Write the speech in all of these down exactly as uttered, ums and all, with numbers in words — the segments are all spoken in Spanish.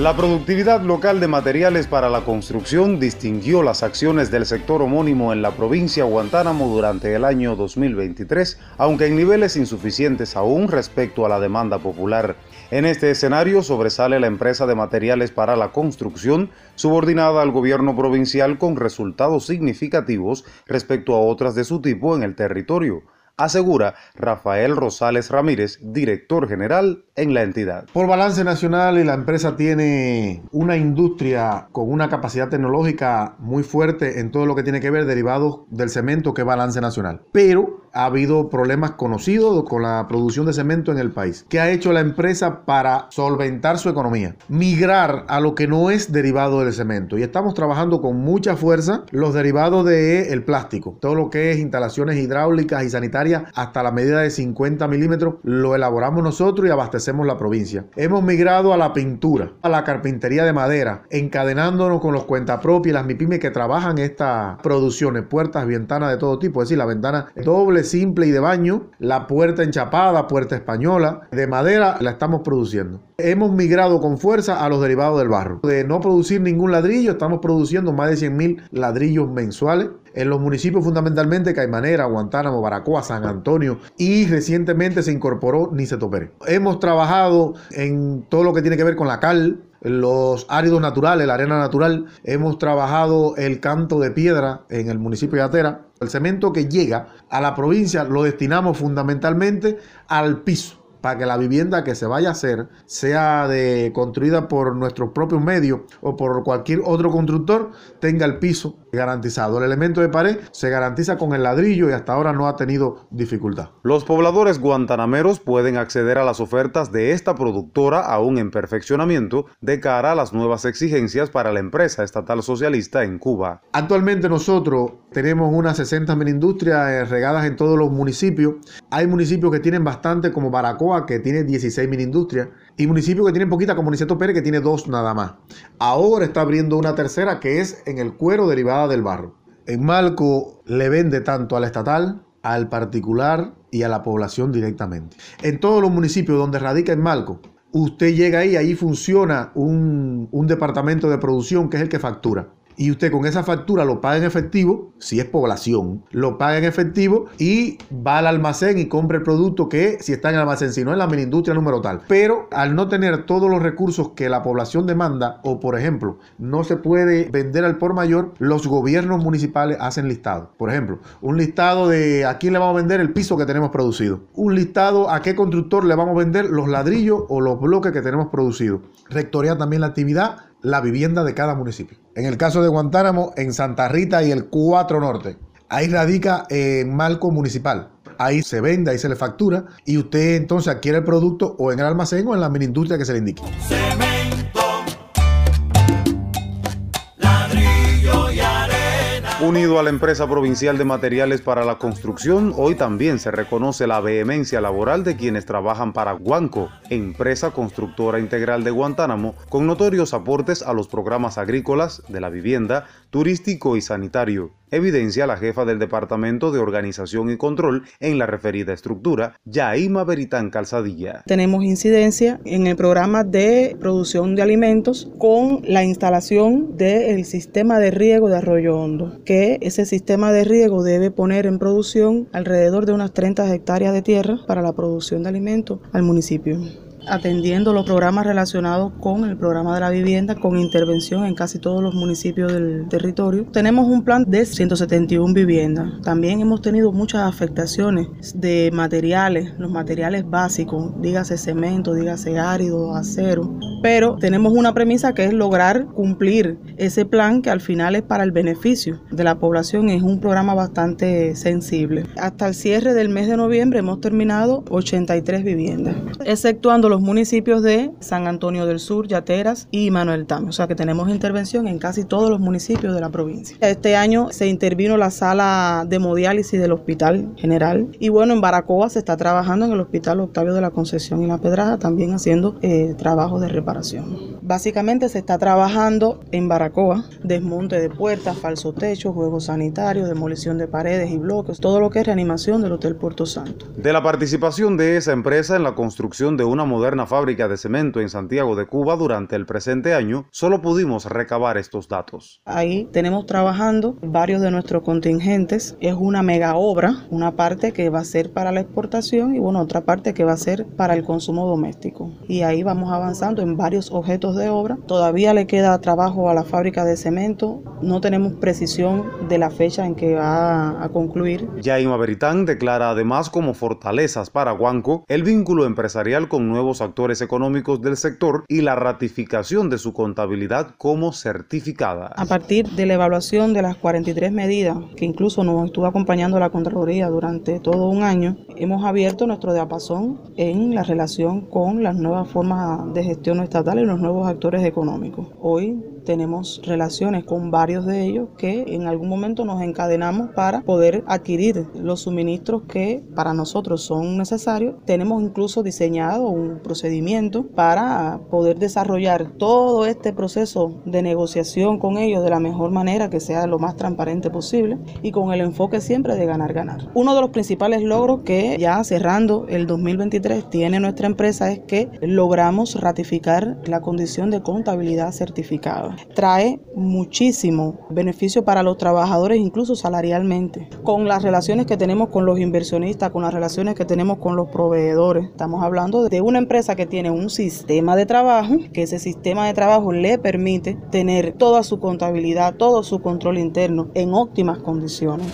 La productividad local de materiales para la construcción distinguió las acciones del sector homónimo en la provincia Guantánamo durante el año dos mil veintitrés, aunque en niveles insuficientes aún respecto a la demanda popular. En este escenario sobresale la empresa de materiales para la construcción, subordinada al gobierno provincial con resultados significativos respecto a otras de su tipo en el territorio, asegura Rafael Rosales Ramírez, director general en la entidad. Por balance nacional, la empresa tiene una industria con una capacidad tecnológica muy fuerte en todo lo que tiene que ver derivados del cemento, que es balance nacional. Pero ha habido problemas conocidos con la producción de cemento en el país. ¿Qué ha hecho la empresa para solventar su economía? Migrar a lo que no es derivado del cemento. Y estamos trabajando con mucha fuerza los derivados del plástico. Todo lo que es instalaciones hidráulicas y sanitarias hasta la medida de cincuenta milímetros lo elaboramos nosotros y abastecemos la provincia. Hemos migrado a la pintura, a la carpintería de madera, encadenándonos con los cuentapropios y las MIPYME que trabajan estas producciones, puertas, ventanas de todo tipo, es decir, la ventana doble, simple y de baño, la puerta enchapada, puerta española, de madera, la estamos produciendo. Hemos migrado con fuerza a los derivados del barro. De no producir ningún ladrillo, estamos produciendo más de cien mil ladrillos mensuales en los municipios fundamentalmente Caimanera, Guantánamo, Baracoa, San Antonio, y recientemente se incorporó Niceto Pérez. Hemos trabajado en todo lo que tiene que ver con la cal, los áridos naturales, la arena natural. Hemos trabajado el canto de piedra en el municipio de Atera. El cemento que llega a la provincia lo destinamos fundamentalmente al piso, para que la vivienda que se vaya a hacer sea de, construida por nuestros propios medios o por cualquier otro constructor, tenga el piso garantizado. El elemento de pared se garantiza con el ladrillo y hasta ahora no ha tenido dificultad. Los pobladores guantanameros pueden acceder a las ofertas de esta productora aún en perfeccionamiento de cara a las nuevas exigencias para la empresa estatal socialista en Cuba. Actualmente nosotros tenemos unas sesenta mini industrias regadas en todos los municipios. Hay municipios que tienen bastante, como Baracoa, que tiene dieciséis mini industrias, y municipios que tienen poquita, como Niceto Pérez, que tiene dos nada más. Ahora está abriendo una tercera, que es en el cuero, derivada del barro. En Malco le vende tanto al estatal, al particular y a la población directamente. En todos los municipios donde radica en Malco, usted llega ahí, ahí funciona un, un departamento de producción que es el que factura. Y usted con esa factura lo paga en efectivo, si es población, lo paga en efectivo y va al almacén y compra el producto que si está en el almacén, si no en la mini industria número tal. Pero al no tener todos los recursos que la población demanda, o por ejemplo, no se puede vender al por mayor, los gobiernos municipales hacen listados. Por ejemplo, un listado de a quién le vamos a vender el piso que tenemos producido. Un listado a qué constructor le vamos a vender los ladrillos o los bloques que tenemos producidos. Rectorea también la actividad, la vivienda de cada municipio. En el caso de Guantánamo, en Santa Rita y el cuatro Norte, ahí radica en Malco Municipal. Ahí se vende, ahí se le factura y usted entonces adquiere el producto o en el almacén o en la mini industria que se le indique. Cemento, ladrillo y arena. Unido a la empresa provincial de materiales para la construcción, hoy también se reconoce la vehemencia laboral de quienes trabajan para Guanco, empresa constructora integral de Guantánamo, con notorios aportes a los programas agrícolas, de la vivienda, turístico y sanitario. Evidencia la jefa del Departamento de Organización y Control en la referida estructura, Yaima Beritán Calzadilla. Tenemos incidencia en el programa de producción de alimentos con la instalación del sistema de riego de Arroyo Hondo, que ese sistema de riego debe poner en producción alrededor de unas treinta hectáreas de tierra para la producción de alimentos al municipio, atendiendo los programas relacionados con el programa de la vivienda, con intervención en casi todos los municipios del territorio. Tenemos un plan de ciento setenta y una viviendas. También hemos tenido muchas afectaciones de materiales, los materiales básicos, dígase cemento, dígase árido, acero, pero tenemos una premisa que es lograr cumplir ese plan que al final es para el beneficio de la población. Es un programa bastante sensible. Hasta el cierre del mes de noviembre hemos terminado ochenta y tres viviendas, exceptuando los municipios de San Antonio del Sur, Yateras y Manuel Tame. O sea que tenemos intervención en casi todos los municipios de la provincia. Este año se intervino la sala de hemodiálisis del Hospital General. Y bueno, en Baracoa se está trabajando en el Hospital Octavio de la Concepción y La Pedraja, también haciendo eh, trabajos de reparación. Básicamente se está trabajando en Baracoa, desmonte de puertas, falso techo, juegos sanitarios, demolición de paredes y bloques, todo lo que es reanimación del Hotel Puerto Santo. De la participación de esa empresa en la construcción de una moderna moderna fábrica de cemento en Santiago de Cuba durante el presente año, solo pudimos recabar estos datos. Ahí tenemos trabajando varios de nuestros contingentes. Es una mega obra, una parte que va a ser para la exportación y bueno, otra parte que va a ser para el consumo doméstico. Y ahí vamos avanzando en varios objetos de obra. Todavía le queda trabajo a la fábrica de cemento. No tenemos precisión de la fecha en que va a concluir. Yaima Beritán declara además como fortalezas para Guanco el vínculo empresarial con nuevos actores económicos del sector y la ratificación de su contabilidad como certificada. A partir de la evaluación de las cuarenta y tres medidas, que incluso nos estuvo acompañando la Contraloría durante todo un año, hemos abierto nuestro diapasón en la relación con las nuevas formas de gestión estatal y los nuevos actores económicos. Hoy tenemos relaciones con varios de ellos que en algún momento nos encadenamos para poder adquirir los suministros que para nosotros son necesarios. Tenemos incluso diseñado un procedimiento para poder desarrollar todo este proceso de negociación con ellos de la mejor manera, que sea lo más transparente posible y con el enfoque siempre de ganar-ganar. Uno de los principales logros que ya cerrando el dos mil veintitrés tiene nuestra empresa es que logramos ratificar la condición de contabilidad certificada. Trae muchísimo beneficio para los trabajadores, incluso salarialmente. Con las relaciones que tenemos con los inversionistas, con las relaciones que tenemos con los proveedores, estamos hablando de una empresa que tiene un sistema de trabajo, que ese sistema de trabajo le permite tener toda su contabilidad, todo su control interno en óptimas condiciones.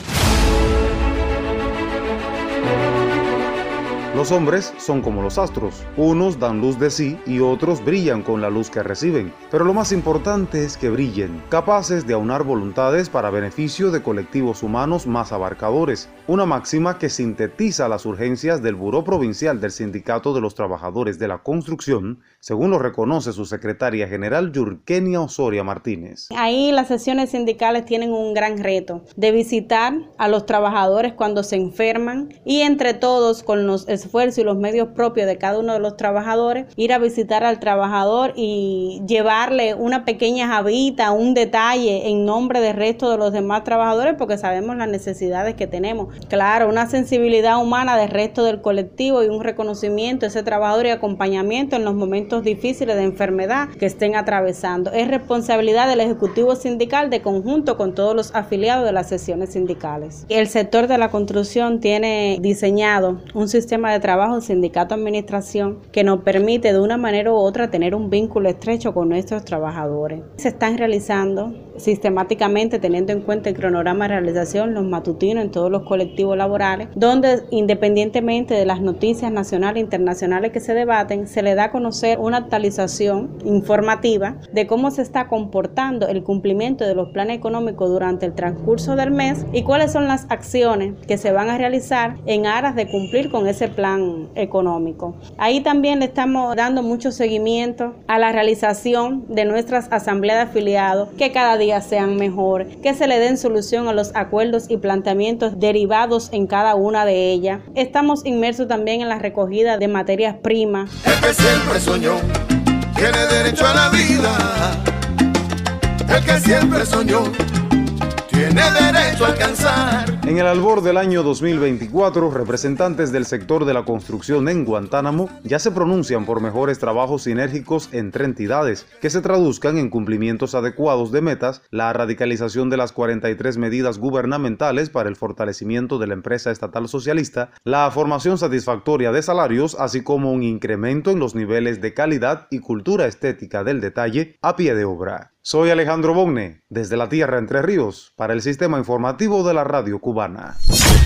Los hombres son como los astros, unos dan luz de sí y otros brillan con la luz que reciben, pero lo más importante es que brillen, capaces de aunar voluntades para beneficio de colectivos humanos más abarcadores, una máxima que sintetiza las urgencias del Buró Provincial del Sindicato de los Trabajadores de la Construcción, según lo reconoce su secretaria general Yurkenia Osoria Martínez. Ahí las sesiones sindicales tienen un gran reto de visitar a los trabajadores cuando se enferman y entre todos con los esfuerzo y los medios propios de cada uno de los trabajadores, ir a visitar al trabajador y llevarle una pequeña jabita, un detalle en nombre del resto de los demás trabajadores, porque sabemos las necesidades que tenemos. Claro, una sensibilidad humana del resto del colectivo y un reconocimiento a ese trabajador y acompañamiento en los momentos difíciles de enfermedad que estén atravesando. Es responsabilidad del Ejecutivo Sindical de conjunto con todos los afiliados de las sesiones sindicales. El sector de la construcción tiene diseñado un sistema de trabajo, sindicato, administración, que nos permite de una manera u otra tener un vínculo estrecho con nuestros trabajadores. Se están realizando sistemáticamente, teniendo en cuenta el cronograma de realización, los matutinos en todos los colectivos laborales, donde independientemente de las noticias nacionales e internacionales que se debaten, se le da a conocer una actualización informativa de cómo se está comportando el cumplimiento de los planes económicos durante el transcurso del mes y cuáles son las acciones que se van a realizar en aras de cumplir con ese plan económico. Ahí también le estamos dando mucho seguimiento a la realización de nuestras asambleas de afiliados, que cada día sean mejor, que se le den solución a los acuerdos y planteamientos derivados en cada una de ellas. Estamos inmersos también en la recogida de materias primas. El que siempre soñó tiene derecho a la vida. El que siempre soñó tiene derecho a alcanzar. En el albor del año dos mil veinticuatro, representantes del sector de la construcción en Guantánamo ya se pronuncian por mejores trabajos sinérgicos entre entidades que se traduzcan en cumplimientos adecuados de metas, la radicalización de las cuarenta y tres medidas gubernamentales para el fortalecimiento de la empresa estatal socialista, la formación satisfactoria de salarios, así como un incremento en los niveles de calidad y cultura estética del detalle a pie de obra. Soy Alejandro Bonne, desde la tierra Entre Ríos, para el Sistema Informativo de la Radio Cubana.